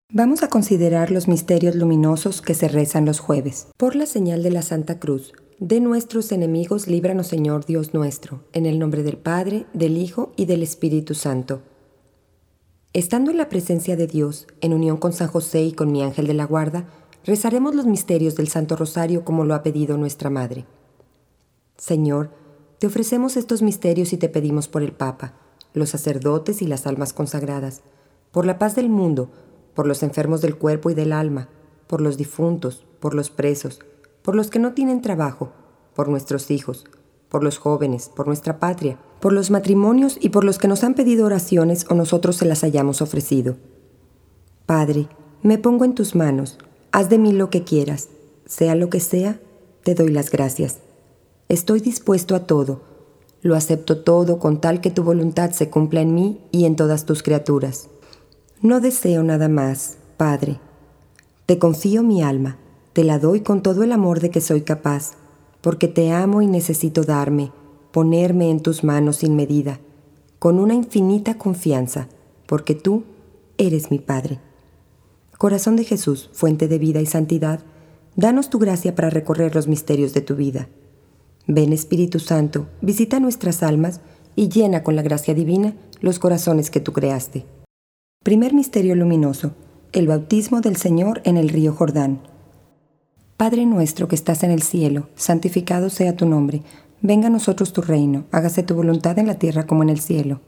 Vamos a considerar los misterios luminosos que se rezan los jueves. Por la señal de la Santa Cruz, de nuestros enemigos, líbranos, Señor Dios nuestro, en el nombre del Padre, del Hijo y del Espíritu Santo. Estando en la presencia de Dios, en unión con San José y con mi ángel de la guarda, rezaremos los misterios del Santo Rosario como lo ha pedido nuestra Madre. Señor, te ofrecemos estos misterios y te pedimos por el Papa, los sacerdotes y las almas consagradas, por la paz del mundo, por los enfermos del cuerpo y del alma, por los difuntos, por los presos, por los que no tienen trabajo, por nuestros hijos, por los jóvenes, por nuestra patria, por los matrimonios y por los que nos han pedido oraciones o nosotros se las hayamos ofrecido. Padre, me pongo en tus manos, haz de mí lo que quieras, sea lo que sea, te doy las gracias. Estoy dispuesto a todo, lo acepto todo con tal que tu voluntad se cumpla en mí y en todas tus criaturas. No deseo nada más, Padre. Te confío mi alma, te la doy con todo el amor de que soy capaz, porque te amo y necesito darme, ponerme en tus manos sin medida, con una infinita confianza, porque tú eres mi Padre. Corazón de Jesús, fuente de vida y santidad, danos tu gracia para recorrer los misterios de tu vida. Ven, Espíritu Santo, visita nuestras almas y llena con la gracia divina los corazones que tú creaste. Primer misterio luminoso, el bautismo del Señor en el río Jordán. Padre nuestro que estás en el cielo, santificado sea tu nombre. Venga a nosotros tu reino, hágase tu voluntad en la tierra como en el cielo.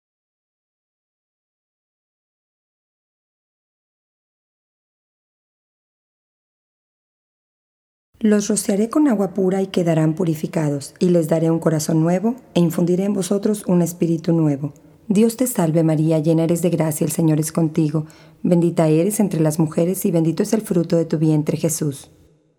Los rociaré con agua pura y quedarán purificados, y les daré un corazón nuevo, e infundiré en vosotros un espíritu nuevo. Dios te salve María, llena eres de gracia, el Señor es contigo. Bendita eres entre las mujeres y bendito es el fruto de tu vientre, Jesús.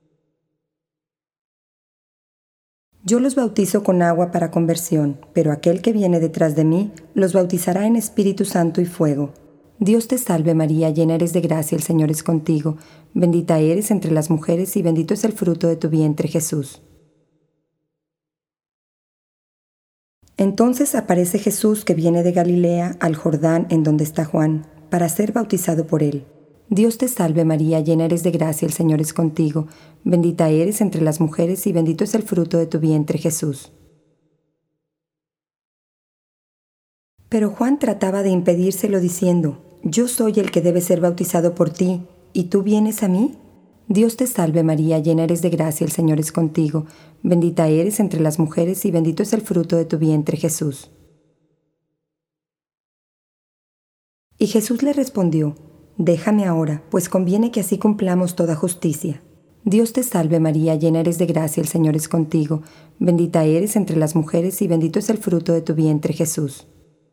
Yo los bautizo con agua para conversión, pero aquel que viene detrás de mí los bautizará en Espíritu Santo y fuego. Dios te salve María, llena eres de gracia, el Señor es contigo. Bendita eres entre las mujeres y bendito es el fruto de tu vientre, Jesús. Entonces aparece Jesús que viene de Galilea al Jordán en donde está Juan, para ser bautizado por él. Dios te salve María, llena eres de gracia, el Señor es contigo. Bendita eres entre las mujeres y bendito es el fruto de tu vientre, Jesús. Pero Juan trataba de impedírselo diciendo: Yo soy el que debe ser bautizado por ti, ¿y tú vienes a mí? Dios te salve María, llena eres de gracia, el Señor es contigo. Bendita eres entre las mujeres y bendito es el fruto de tu vientre, Jesús. Y Jesús le respondió: Déjame ahora, pues conviene que así cumplamos toda justicia. Dios te salve María, llena eres de gracia, el Señor es contigo. Bendita eres entre las mujeres y bendito es el fruto de tu vientre, Jesús.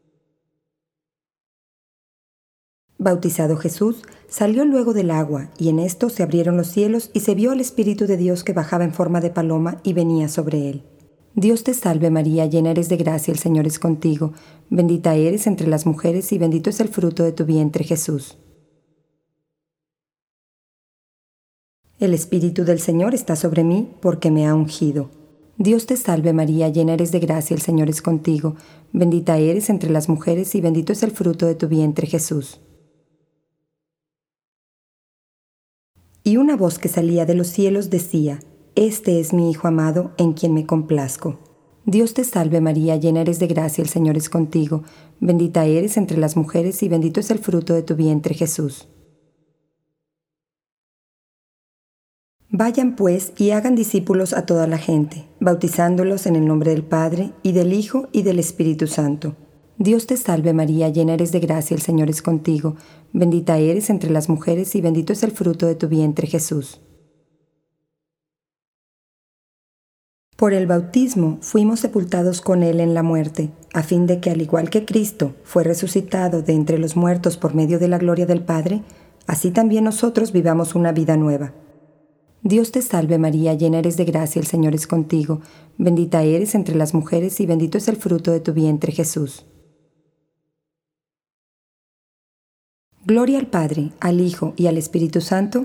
Bautizado Jesús, salió luego del agua, y en esto se abrieron los cielos y se vio al Espíritu de Dios que bajaba en forma de paloma y venía sobre él. Dios te salve María, llena eres de gracia, el Señor es contigo. Bendita eres entre las mujeres y bendito es el fruto de tu vientre, Jesús. El Espíritu del Señor está sobre mí porque me ha ungido. Dios te salve María, llena eres de gracia, el Señor es contigo. Bendita eres entre las mujeres y bendito es el fruto de tu vientre, Jesús. Y una voz que salía de los cielos decía: Este es mi Hijo amado, en quien me complazco. Dios te salve María, llena eres de gracia, el Señor es contigo. Bendita eres entre las mujeres y bendito es el fruto de tu vientre, Jesús. Vayan pues y hagan discípulos a toda la gente, bautizándolos en el nombre del Padre, y del Hijo, y del Espíritu Santo. Dios te salve María, llena eres de gracia, el Señor es contigo. Bendita eres entre las mujeres y bendito es el fruto de tu vientre, Jesús. Por el bautismo fuimos sepultados con Él en la muerte, a fin de que, al igual que Cristo fue resucitado de entre los muertos por medio de la gloria del Padre, así también nosotros vivamos una vida nueva. Dios te salve María, llena eres de gracia, el Señor es contigo. Bendita eres entre las mujeres y bendito es el fruto de tu vientre, Jesús. Gloria al Padre, al Hijo y al Espíritu Santo.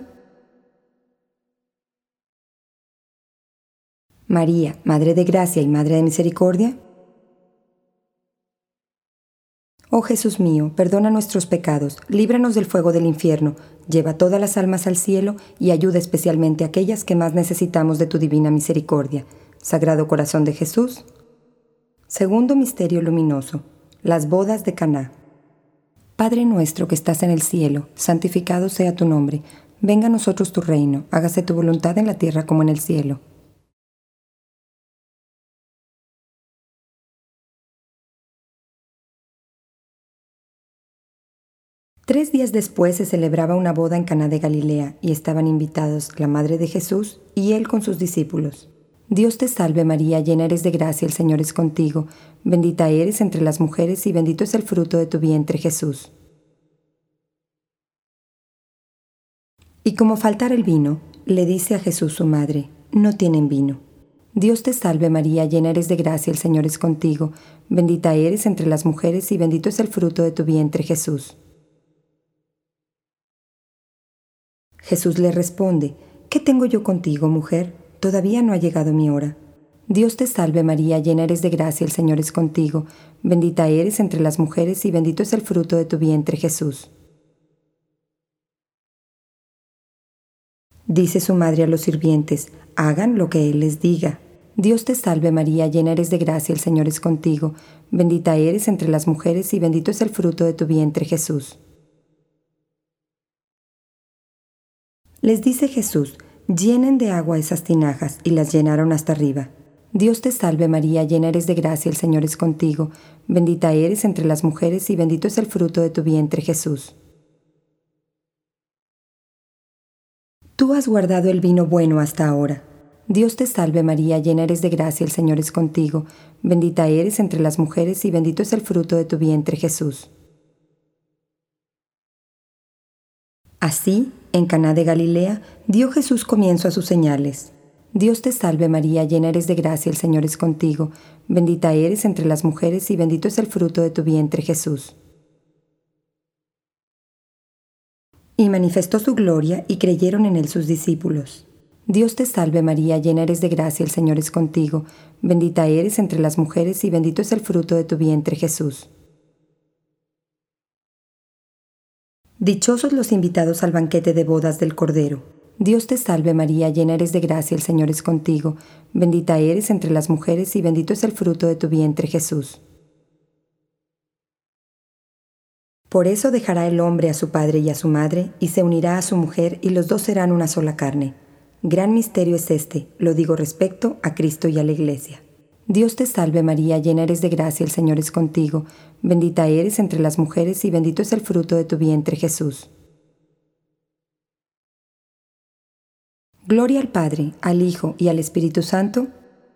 María, Madre de Gracia y Madre de Misericordia, Oh Jesús mío, perdona nuestros pecados, líbranos del fuego del infierno, lleva todas las almas al cielo y ayuda especialmente a aquellas que más necesitamos de tu divina misericordia. Sagrado Corazón de Jesús. Segundo misterio luminoso, las bodas de Caná. Padre nuestro que estás en el cielo, santificado sea tu nombre. Venga a nosotros tu reino, hágase tu voluntad en la tierra como en el cielo. Tres días después se celebraba una boda en Caná de Galilea y estaban invitados la madre de Jesús y él con sus discípulos. Dios te salve María, llena eres de gracia, el Señor es contigo. Bendita eres entre las mujeres y bendito es el fruto de tu vientre Jesús. Y como faltara el vino, le dice a Jesús su madre, no tienen vino. Dios te salve María, llena eres de gracia, el Señor es contigo. Bendita eres entre las mujeres y bendito es el fruto de tu vientre Jesús. Jesús le responde, ¿qué tengo yo contigo, mujer? Todavía no ha llegado mi hora. Dios te salve María, llena eres de gracia, el Señor es contigo. Bendita eres entre las mujeres y bendito es el fruto de tu vientre Jesús. Dice su madre a los sirvientes, hagan lo que Él les diga. Dios te salve María, llena eres de gracia, el Señor es contigo. Bendita eres entre las mujeres y bendito es el fruto de tu vientre Jesús. Les dice Jesús, llenen de agua esas tinajas, y las llenaron hasta arriba. Dios te salve María, llena eres de gracia, el Señor es contigo. Bendita eres entre las mujeres y bendito es el fruto de tu vientre Jesús. Tú has guardado el vino bueno hasta ahora. Dios te salve María, llena eres de gracia, el Señor es contigo. Bendita eres entre las mujeres y bendito es el fruto de tu vientre Jesús. Así, en Caná de Galilea, dio Jesús comienzo a sus señales. Dios te salve María, llena eres de gracia, el Señor es contigo. Bendita eres entre las mujeres y bendito es el fruto de tu vientre Jesús. Y manifestó su gloria y creyeron en él sus discípulos. Dios te salve María, llena eres de gracia, el Señor es contigo. Bendita eres entre las mujeres y bendito es el fruto de tu vientre Jesús. Dichosos los invitados al banquete de bodas del Cordero. Dios te salve María, llena eres de gracia, el Señor es contigo. Bendita eres entre las mujeres y bendito es el fruto de tu vientre Jesús. Por eso dejará el hombre a su padre y a su madre, y se unirá a su mujer, y los dos serán una sola carne. Gran misterio es este, lo digo respecto a Cristo y a la Iglesia. Dios te salve María, llena eres de gracia, el Señor es contigo. Bendita eres entre las mujeres y bendito es el fruto de tu vientre Jesús. Gloria al Padre, al Hijo y al Espíritu Santo.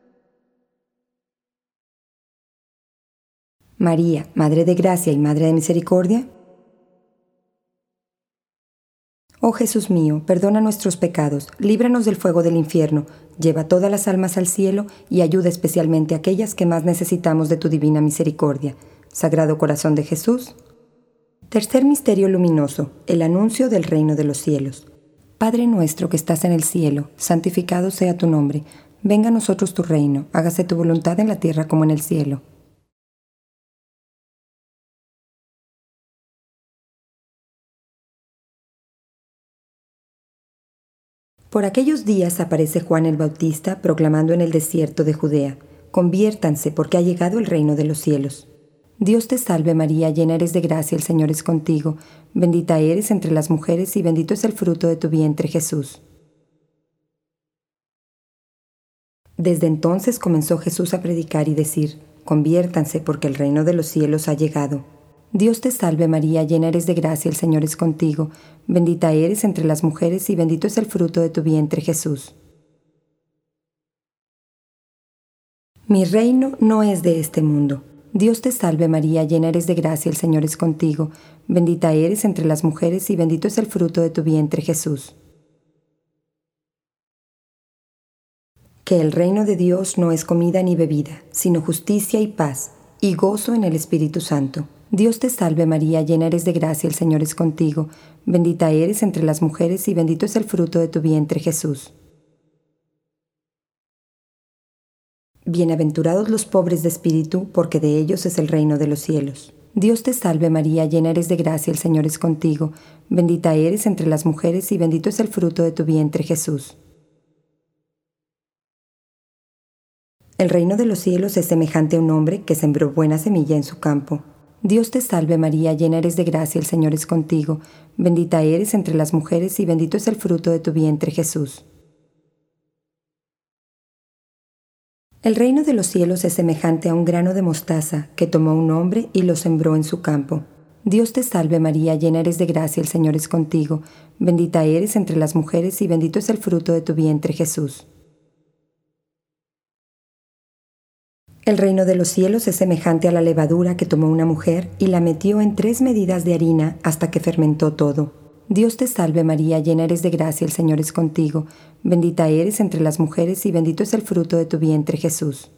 María, Madre de Gracia y Madre de Misericordia. Oh Jesús mío, perdona nuestros pecados, líbranos del fuego del infierno, lleva todas las almas al cielo y ayuda especialmente a aquellas que más necesitamos de tu divina misericordia. Sagrado Corazón de Jesús. Tercer misterio luminoso, el anuncio del reino de los cielos. Padre nuestro que estás en el cielo, santificado sea tu nombre. Venga a nosotros tu reino, hágase tu voluntad en la tierra como en el cielo. Por aquellos días aparece Juan el Bautista proclamando en el desierto de Judea, conviértanse porque ha llegado el reino de los cielos. Dios te salve María, llena eres de gracia, el Señor es contigo. Bendita eres entre las mujeres y bendito es el fruto de tu vientre Jesús. Desde entonces comenzó Jesús a predicar y decir, conviértanse porque el reino de los cielos ha llegado. Dios te salve María, llena eres de gracia, el Señor es contigo. Bendita eres entre las mujeres y bendito es el fruto de tu vientre Jesús. Mi reino no es de este mundo. Dios te salve María, llena eres de gracia, el Señor es contigo. Bendita eres entre las mujeres y bendito es el fruto de tu vientre Jesús. Que el reino de Dios no es comida ni bebida, sino justicia y paz, y gozo en el Espíritu Santo. Dios te salve María, llena eres de gracia, el Señor es contigo. Bendita eres entre las mujeres y bendito es el fruto de tu vientre Jesús. Bienaventurados los pobres de espíritu, porque de ellos es el reino de los cielos. Dios te salve María, llena eres de gracia, el Señor es contigo. Bendita eres entre las mujeres y bendito es el fruto de tu vientre, Jesús. El reino de los cielos es semejante a un hombre que sembró buena semilla en su campo. Dios te salve María, llena eres de gracia, el Señor es contigo. Bendita eres entre las mujeres y bendito es el fruto de tu vientre, Jesús. El reino de los cielos es semejante a un grano de mostaza que tomó un hombre y lo sembró en su campo. Dios te salve María, llena eres de gracia, el Señor es contigo. Bendita eres entre las mujeres y bendito es el fruto de tu vientre, Jesús. El reino de los cielos es semejante a la levadura que tomó una mujer y la metió en 3 medidas de harina hasta que fermentó todo. Dios te salve María, llena eres de gracia, el Señor es contigo. Bendita eres entre las mujeres y bendito es el fruto de tu vientre, Jesús.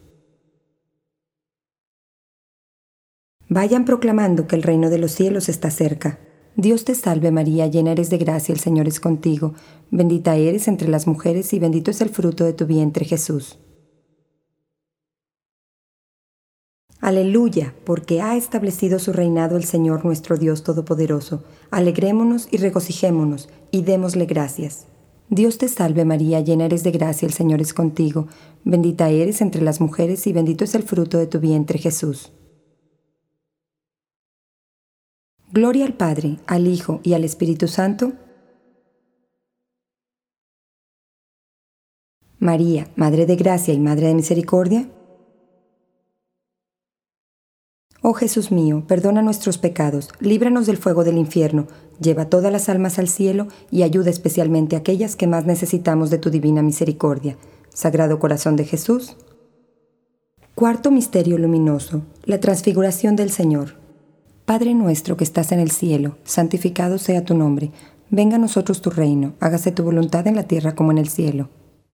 Vayan proclamando que el reino de los cielos está cerca. Dios te salve María, llena eres de gracia, el Señor es contigo. Bendita eres entre las mujeres y bendito es el fruto de tu vientre, Jesús. Aleluya, porque ha establecido su reinado el Señor nuestro Dios Todopoderoso. Alegrémonos y regocijémonos, y démosle gracias. Dios te salve María, llena eres de gracia, el Señor es contigo. Bendita eres entre las mujeres y bendito es el fruto de tu vientre, Jesús. Gloria al Padre, al Hijo y al Espíritu Santo. María, Madre de Gracia y Madre de Misericordia. Oh Jesús mío, perdona nuestros pecados, líbranos del fuego del infierno, lleva todas las almas al cielo y ayuda especialmente a aquellas que más necesitamos de tu divina misericordia. Sagrado Corazón de Jesús. Cuarto misterio luminoso, la transfiguración del Señor. Padre nuestro que estás en el cielo, santificado sea tu nombre. Venga a nosotros tu reino, hágase tu voluntad en la tierra como en el cielo.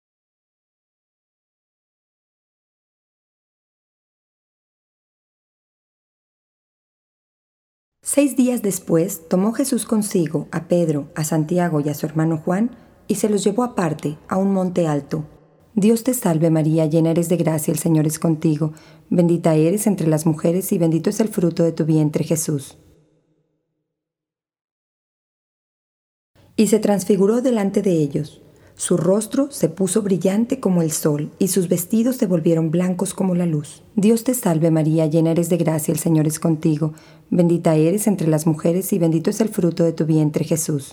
Seis días después, tomó Jesús consigo a Pedro, a Santiago y a su hermano Juan, y se los llevó aparte, a un monte alto. Dios te salve María, llena eres de gracia, el Señor es contigo. Bendita eres entre las mujeres y bendito es el fruto de tu vientre, Jesús. Y se transfiguró delante de ellos. Su rostro se puso brillante como el sol, y sus vestidos se volvieron blancos como la luz. Dios te salve María, llena eres de gracia, el Señor es contigo. Bendita eres entre las mujeres y bendito es el fruto de tu vientre, Jesús.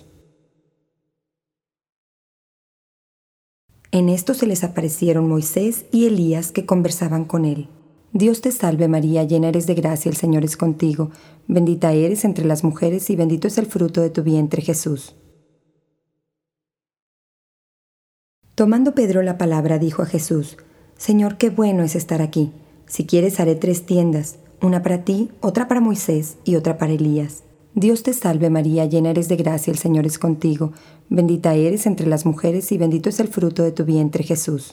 En esto se les aparecieron Moisés y Elías que conversaban con él. Dios te salve María, llena eres de gracia, el Señor es contigo. Bendita eres entre las mujeres y bendito es el fruto de tu vientre, Jesús. Tomando Pedro la palabra, dijo a Jesús: Señor, qué bueno es estar aquí. Si quieres haré 3 tiendas, una para ti, otra para Moisés y otra para Elías. Dios te salve María, llena eres de gracia, el Señor es contigo. Bendita eres entre las mujeres y bendito es el fruto de tu vientre, Jesús.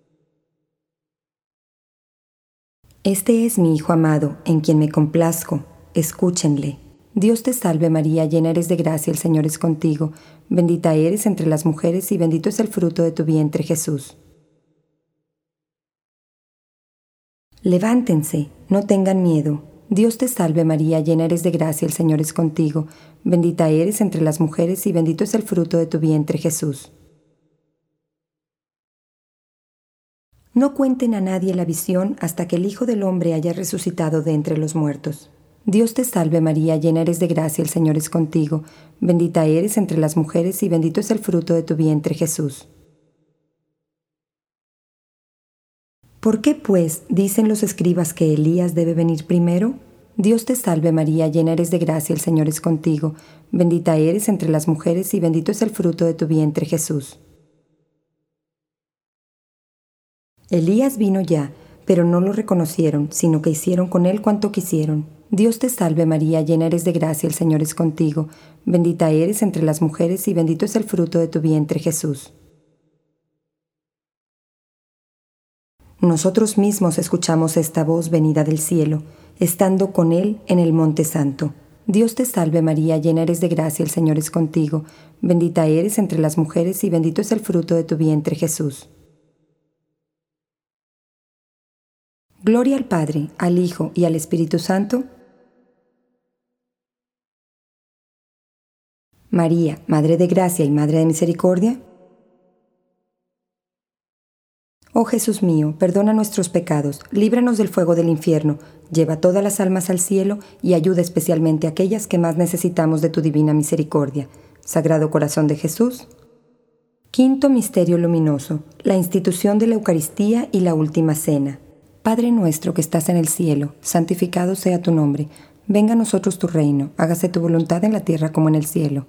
Este es mi Hijo amado, en quien me complazco. Escúchenle. Dios te salve María, llena eres de gracia, el Señor es contigo. Bendita eres entre las mujeres y bendito es el fruto de tu vientre, Jesús. Levántense, no tengan miedo. Dios te salve María, llena eres de gracia, el Señor es contigo. Bendita eres entre las mujeres y bendito es el fruto de tu vientre, Jesús. No cuenten a nadie la visión hasta que el Hijo del Hombre haya resucitado de entre los muertos. Dios te salve María, llena eres de gracia, el Señor es contigo. Bendita eres entre las mujeres y bendito es el fruto de tu vientre, Jesús. ¿Por qué, pues, dicen los escribas que Elías debe venir primero? Dios te salve María, llena eres de gracia, el Señor es contigo. Bendita eres entre las mujeres y bendito es el fruto de tu vientre, Jesús. Elías vino ya, pero no lo reconocieron, sino que hicieron con él cuanto quisieron. Dios te salve María, llena eres de gracia, el Señor es contigo. Bendita eres entre las mujeres y bendito es el fruto de tu vientre, Jesús. Nosotros mismos escuchamos esta voz venida del cielo, estando con él en el Monte Santo. Dios te salve María, llena eres de gracia, el Señor es contigo. Bendita eres entre las mujeres y bendito es el fruto de tu vientre, Jesús. Gloria al Padre, al Hijo y al Espíritu Santo. María, Madre de Gracia y Madre de Misericordia. Oh Jesús mío, perdona nuestros pecados, líbranos del fuego del infierno, lleva todas las almas al cielo y ayuda especialmente a aquellas que más necesitamos de tu divina misericordia. Sagrado Corazón de Jesús. Quinto Misterio Luminoso, la institución de la Eucaristía y la Última Cena. Padre nuestro que estás en el cielo, santificado sea tu nombre. Venga a nosotros tu reino, hágase tu voluntad en la tierra como en el cielo.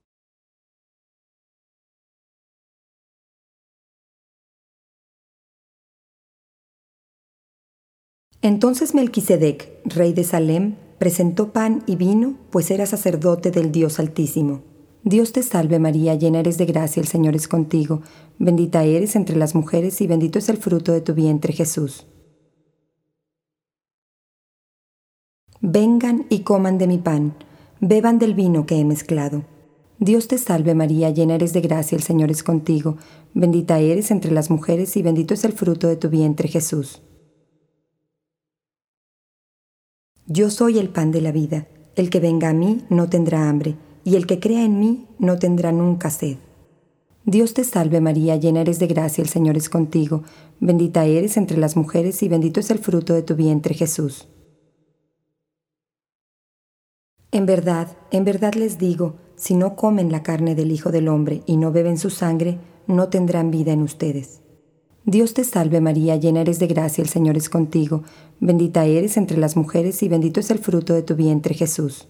Entonces Melquisedec, rey de Salem, presentó pan y vino, pues era sacerdote del Dios Altísimo. Dios te salve María, llena eres de gracia, el Señor es contigo. Bendita eres entre las mujeres y bendito es el fruto de tu vientre, Jesús. Vengan y coman de mi pan, beban del vino que he mezclado. Dios te salve María, llena eres de gracia, el Señor es contigo. Bendita eres entre las mujeres y bendito es el fruto de tu vientre, Jesús. Yo soy el pan de la vida. El que venga a mí no tendrá hambre, y el que crea en mí no tendrá nunca sed. Dios te salve María, llena eres de gracia, el Señor es contigo. Bendita eres entre las mujeres y bendito es el fruto de tu vientre, Jesús. En verdad les digo, si no comen la carne del Hijo del Hombre y no beben su sangre, no tendrán vida en ustedes. Dios te salve María, llena eres de gracia, el Señor es contigo. Bendita eres entre las mujeres y bendito es el fruto de tu vientre, Jesús.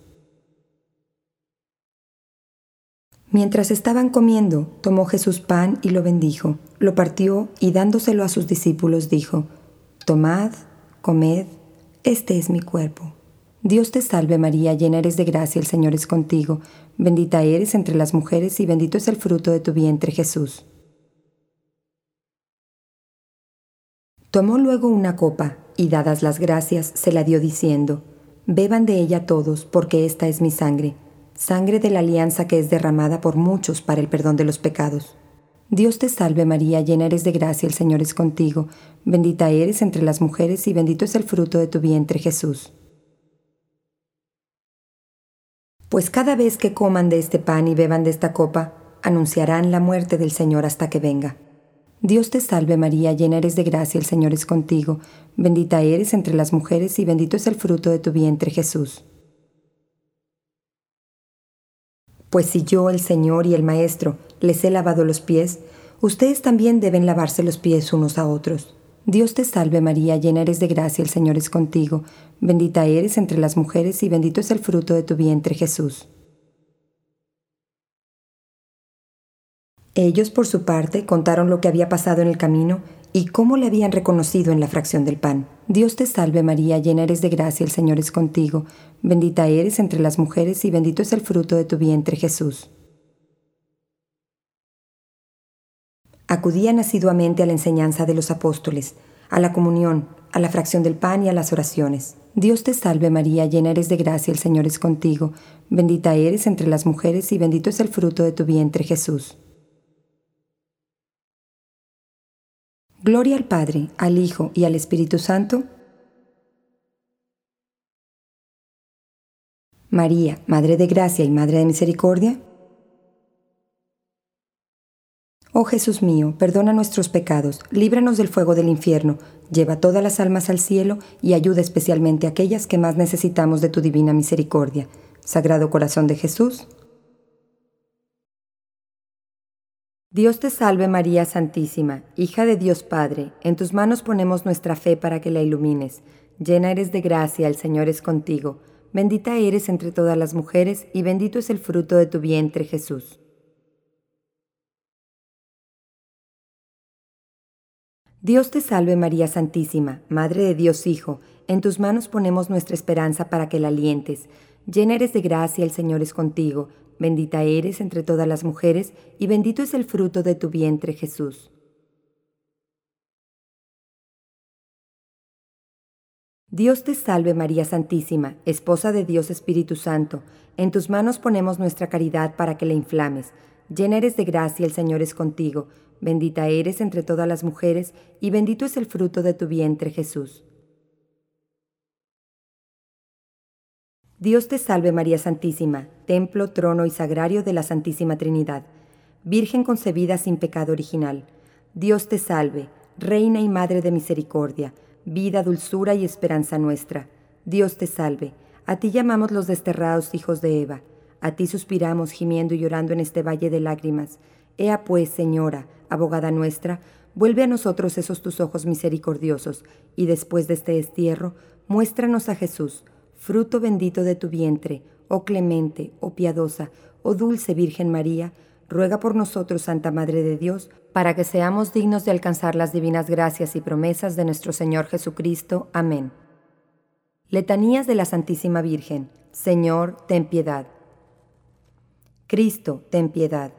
Mientras estaban comiendo, tomó Jesús pan y lo bendijo, lo partió y dándoselo a sus discípulos dijo: Tomad, comed, este es mi cuerpo. Dios te salve María, llena eres de gracia, el Señor es contigo. Bendita eres entre las mujeres y bendito es el fruto de tu vientre, Jesús. Tomó luego una copa, y dadas las gracias, se la dio diciendo: Beban de ella todos, porque esta es mi sangre, sangre de la alianza que es derramada por muchos para el perdón de los pecados. Dios te salve María, llena eres de gracia, el Señor es contigo. Bendita eres entre las mujeres y bendito es el fruto de tu vientre, Jesús. Pues cada vez que coman de este pan y beban de esta copa, anunciarán la muerte del Señor hasta que venga. Dios te salve María, llena eres de gracia, el Señor es contigo. Bendita eres entre las mujeres y bendito es el fruto de tu vientre, Jesús. Pues si yo, el Señor y el Maestro, les he lavado los pies, ustedes también deben lavarse los pies unos a otros. Dios te salve María, llena eres de gracia, el Señor es contigo. Bendita eres entre las mujeres y bendito es el fruto de tu vientre, Jesús. Ellos, por su parte, contaron lo que había pasado en el camino y cómo le habían reconocido en la fracción del pan. Dios te salve María, llena eres de gracia, el Señor es contigo. Bendita eres entre las mujeres y bendito es el fruto de tu vientre, Jesús. Acudían asiduamente a la enseñanza de los apóstoles, a la comunión, a la fracción del pan y a las oraciones. Dios te salve María, llena eres de gracia, el Señor es contigo. Bendita eres entre las mujeres y bendito es el fruto de tu vientre, Jesús. Gloria al Padre, al Hijo y al Espíritu Santo. María, Madre de Gracia y Madre de Misericordia. Oh Jesús mío, perdona nuestros pecados, líbranos del fuego del infierno, lleva todas las almas al cielo y ayuda especialmente a aquellas que más necesitamos de tu divina misericordia. Sagrado Corazón de Jesús. Dios te salve María Santísima, hija de Dios Padre, en tus manos ponemos nuestra fe para que la ilumines. Llena eres de gracia, el Señor es contigo. Bendita eres entre todas las mujeres y bendito es el fruto de tu vientre, Jesús. Dios te salve María Santísima, Madre de Dios Hijo, en tus manos ponemos nuestra esperanza para que la alientes. Llena eres de gracia, el Señor es contigo. Bendita eres entre todas las mujeres, y bendito es el fruto de tu vientre, Jesús. Dios te salve María Santísima, Esposa de Dios Espíritu Santo, en tus manos ponemos nuestra caridad para que la inflames. Llena eres de gracia, el Señor es contigo. Bendita eres entre todas las mujeres, y bendito es el fruto de tu vientre, Jesús. Dios te salve María Santísima, templo, trono y sagrario de la Santísima Trinidad, Virgen concebida sin pecado original. Dios te salve, Reina y Madre de misericordia, vida, dulzura y esperanza nuestra. Dios te salve, a ti llamamos los desterrados hijos de Eva, a ti suspiramos gimiendo y llorando en este valle de lágrimas. Ea pues, Señora, abogada nuestra, vuelve a nosotros esos tus ojos misericordiosos, y después de este destierro, muéstranos a Jesús, fruto bendito de tu vientre, oh clemente, oh piadosa, oh dulce Virgen María, ruega por nosotros, Santa Madre de Dios, para que seamos dignos de alcanzar las divinas gracias y promesas de nuestro Señor Jesucristo. Amén. Letanías de la Santísima Virgen. Señor, ten piedad. Cristo, ten piedad.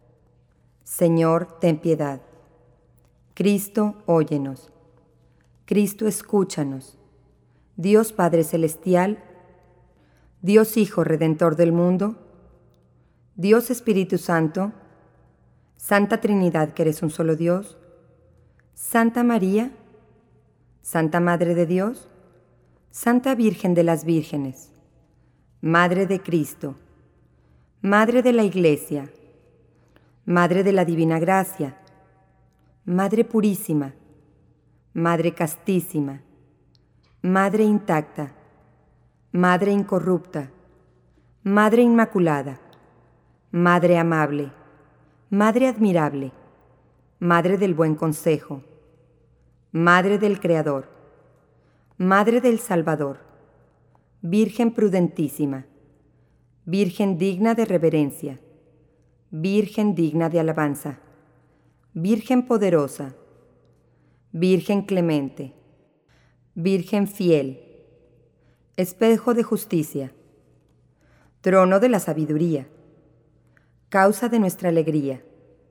Señor, ten piedad. Cristo, óyenos. Cristo, escúchanos. Dios Padre Celestial, Dios Hijo Redentor del mundo, Dios Espíritu Santo, Santa Trinidad que eres un solo Dios, Santa María, Santa Madre de Dios, Santa Virgen de las Vírgenes, Madre de Cristo, Madre de la Iglesia, Madre de la Divina Gracia, Madre Purísima, Madre Castísima, Madre intacta, Madre incorrupta, Madre inmaculada, Madre amable, Madre admirable, Madre del buen consejo, Madre del Creador, Madre del Salvador, Virgen prudentísima, Virgen digna de reverencia, Virgen digna de alabanza, Virgen poderosa, Virgen clemente, Virgen fiel, espejo de justicia, trono de la sabiduría, causa de nuestra alegría,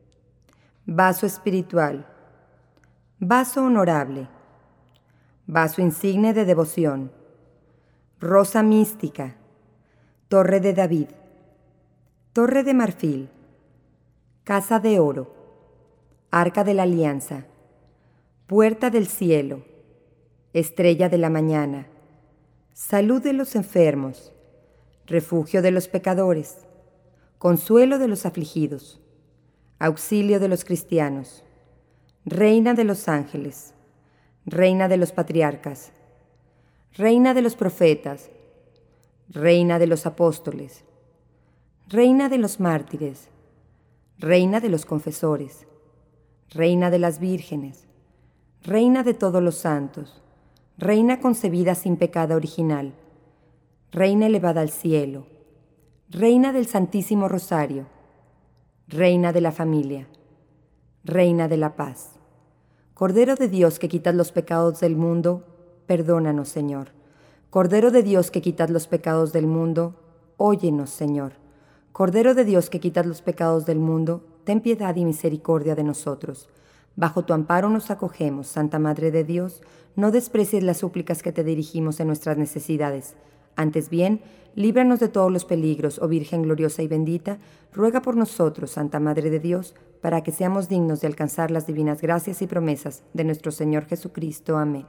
vaso espiritual, vaso honorable, vaso insigne de devoción, rosa mística, torre de David, torre de marfil, casa de oro, arca de la alianza, puerta del cielo, estrella de la mañana, salud de los enfermos, refugio de los pecadores, consuelo de los afligidos, auxilio de los cristianos, reina de los ángeles, reina de los patriarcas, reina de los profetas, reina de los apóstoles, reina de los mártires, reina de los confesores, reina de las vírgenes, reina de todos los santos, reina concebida sin pecado original, reina elevada al cielo, reina del Santísimo Rosario, reina de la familia, reina de la paz. Cordero de Dios que quitas los pecados del mundo, perdónanos, Señor. Cordero de Dios que quitas los pecados del mundo, óyenos, Señor. Cordero de Dios que quitas los pecados del mundo, ten piedad y misericordia de nosotros. Bajo tu amparo nos acogemos, Santa Madre de Dios, no desprecies las súplicas que te dirigimos en nuestras necesidades. Antes bien, líbranos de todos los peligros, oh Virgen gloriosa y bendita, ruega por nosotros, Santa Madre de Dios, para que seamos dignos de alcanzar las divinas gracias y promesas de nuestro Señor Jesucristo. Amén.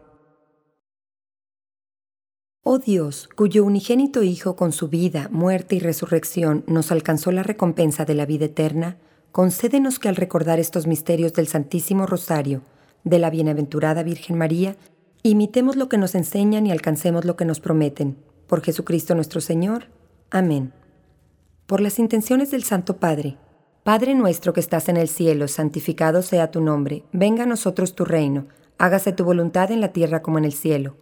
Oh Dios, cuyo unigénito Hijo con su vida, muerte y resurrección nos alcanzó la recompensa de la vida eterna, concédenos que al recordar estos misterios del Santísimo Rosario, de la Bienaventurada Virgen María, imitemos lo que nos enseñan y alcancemos lo que nos prometen. Por Jesucristo nuestro Señor. Amén. Por las intenciones del Santo Padre. Padre nuestro que estás en el cielo, santificado sea tu nombre. Venga a nosotros tu reino. Hágase tu voluntad en la tierra como en el cielo.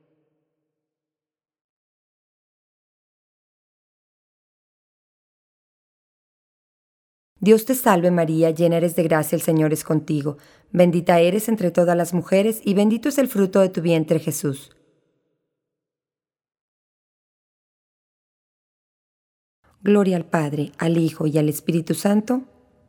Dios te salve María, llena eres de gracia, el Señor es contigo. Bendita eres entre todas las mujeres, y bendito es el fruto de tu vientre, Jesús. Gloria al Padre, al Hijo y al Espíritu Santo.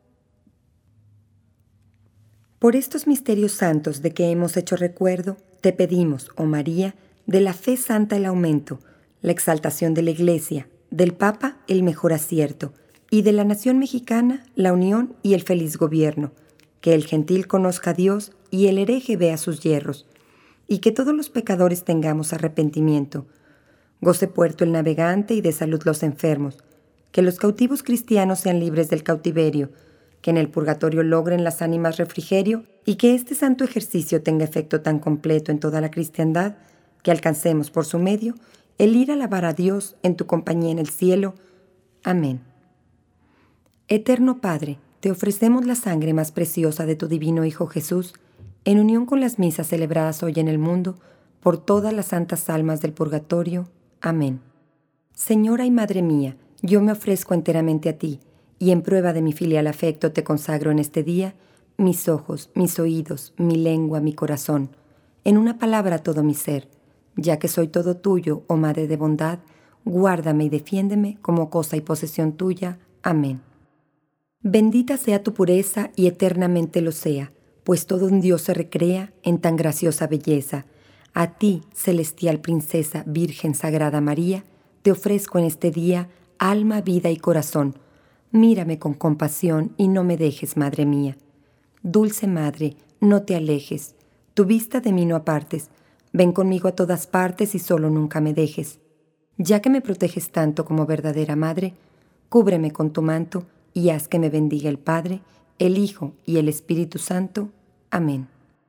Por estos misterios santos de que hemos hecho recuerdo, te pedimos, oh María, de la fe santa el aumento, la exaltación de la Iglesia, del Papa el mejor acierto, y de la nación mexicana la unión y el feliz gobierno, que el gentil conozca a Dios y el hereje vea sus yerros, y que todos los pecadores tengamos arrepentimiento. Goce puerto el navegante y de salud los enfermos. Que los cautivos cristianos sean libres del cautiverio, que en el purgatorio logren las ánimas refrigerio y que este santo ejercicio tenga efecto tan completo en toda la cristiandad que alcancemos por su medio el ir a alabar a Dios en tu compañía en el cielo. Amén. Eterno Padre, te ofrecemos la sangre más preciosa de tu divino Hijo Jesús, en unión con las misas celebradas hoy en el mundo, por todas las santas almas del purgatorio. Amén. Señora y Madre mía, yo me ofrezco enteramente a ti, y en prueba de mi filial afecto te consagro en este día mis ojos, mis oídos, mi lengua, mi corazón, en una palabra todo mi ser. Ya que soy todo tuyo, oh Madre de bondad, guárdame y defiéndeme como cosa y posesión tuya. Amén. Bendita sea tu pureza y eternamente lo sea, pues todo un Dios se recrea en tan graciosa belleza. A ti, celestial princesa, Virgen Sagrada María, te ofrezco en este día alma, vida y corazón. Mírame con compasión y no me dejes, Madre mía. Dulce Madre, no te alejes, tu vista de mí no apartes. Ven conmigo a todas partes y solo nunca me dejes. Ya que me proteges tanto como verdadera Madre, cúbreme con tu manto y haz que me bendiga el Padre, el Hijo y el Espíritu Santo. Amén.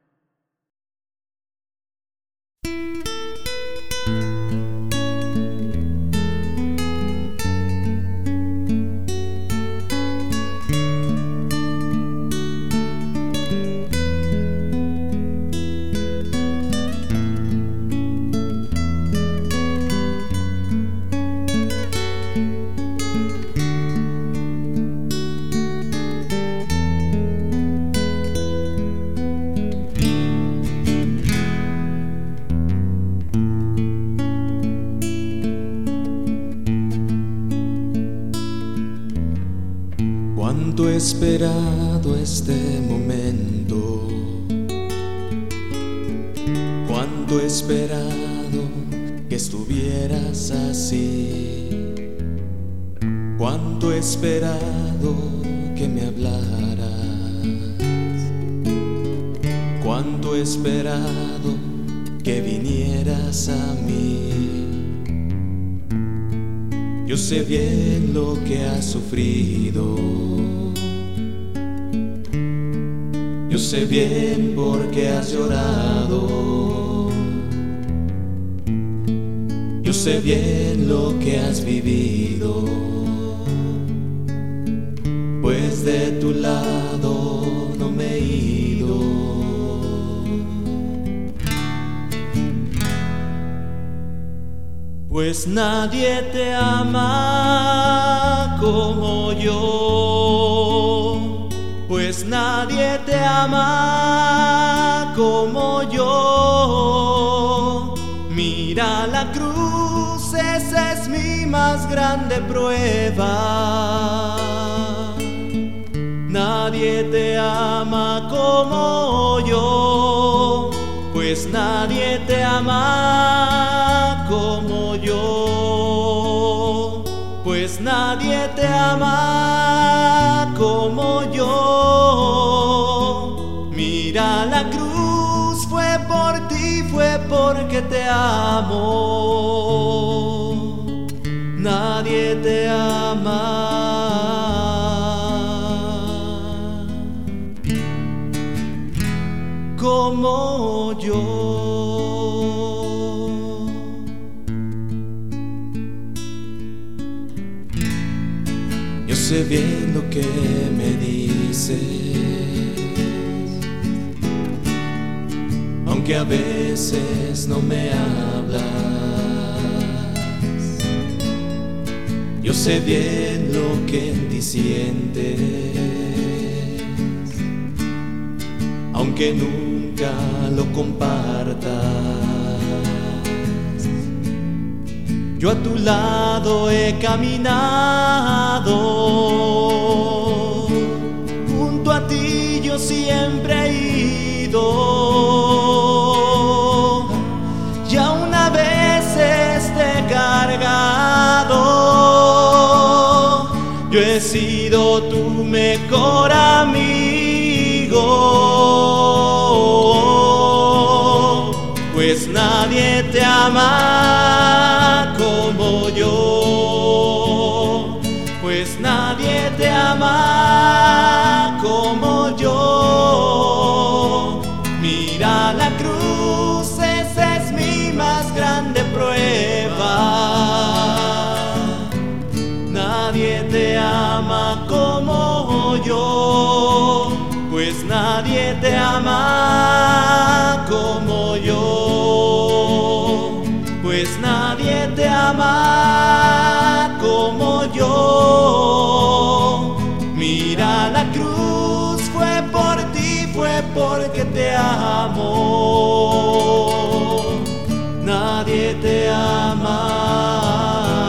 Cuánto he esperado este momento, cuánto he esperado que estuvieras así, cuánto he esperado que me hablaras, cuánto he esperado que vinieras a mí. Yo sé bien lo que has sufrido, yo sé bien por qué has llorado, yo sé bien lo que has vivido, pues de tu lado no me he ido. Pues nadie te ama como yo, pues nadie te ama como yo. Mira la cruz, esa es mi más grande prueba. Nadie te ama como yo, pues nadie te ama como yo, pues nadie te ama como yo. Mira la cruz, fue por ti, fue porque te amo. Nadie te ama como yo. Yo sé bien lo que me dices, aunque a veces no me hablas. Yo sé bien lo que en ti sientes, aunque nunca lo compartas. Yo a tu lado he caminado, junto a ti yo siempre he ido, y aún a veces te he cargado. Yo he sido tu mejor amigo, pues nadie te ama como como yo, pues nadie te ama como yo, pues nadie te ama como yo. Mira la cruz, fue por ti, fue porque te amo. Nadie te ama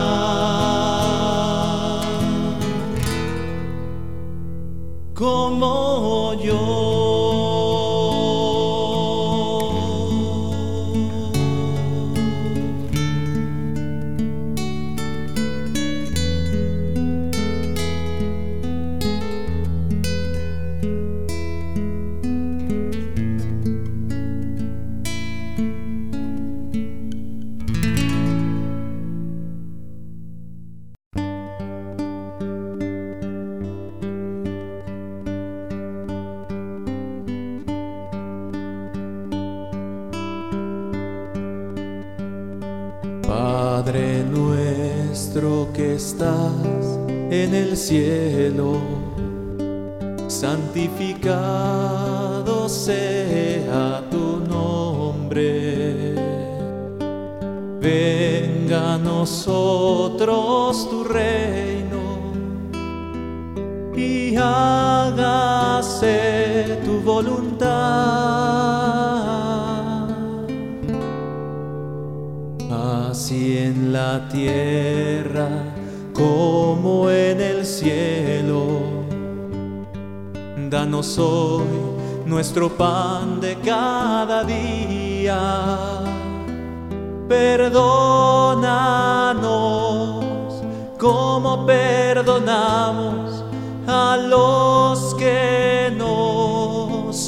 como yo. Padre nuestro que estás en el cielo, santificado sea tu nombre. Venga a nosotros tu reino y hágase tu voluntad, así en la tierra como en el cielo. Danos hoy nuestro pan de cada día. Perdónanos como perdonamos a los que nos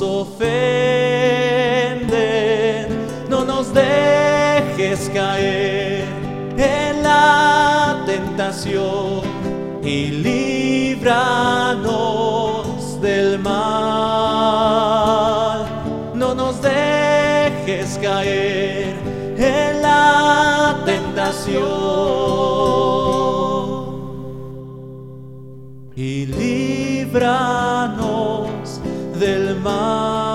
ofenden. No nos dejes caer en la tentación y líbranos del mal. No nos dejes caer en la tentación y líbranos del mal.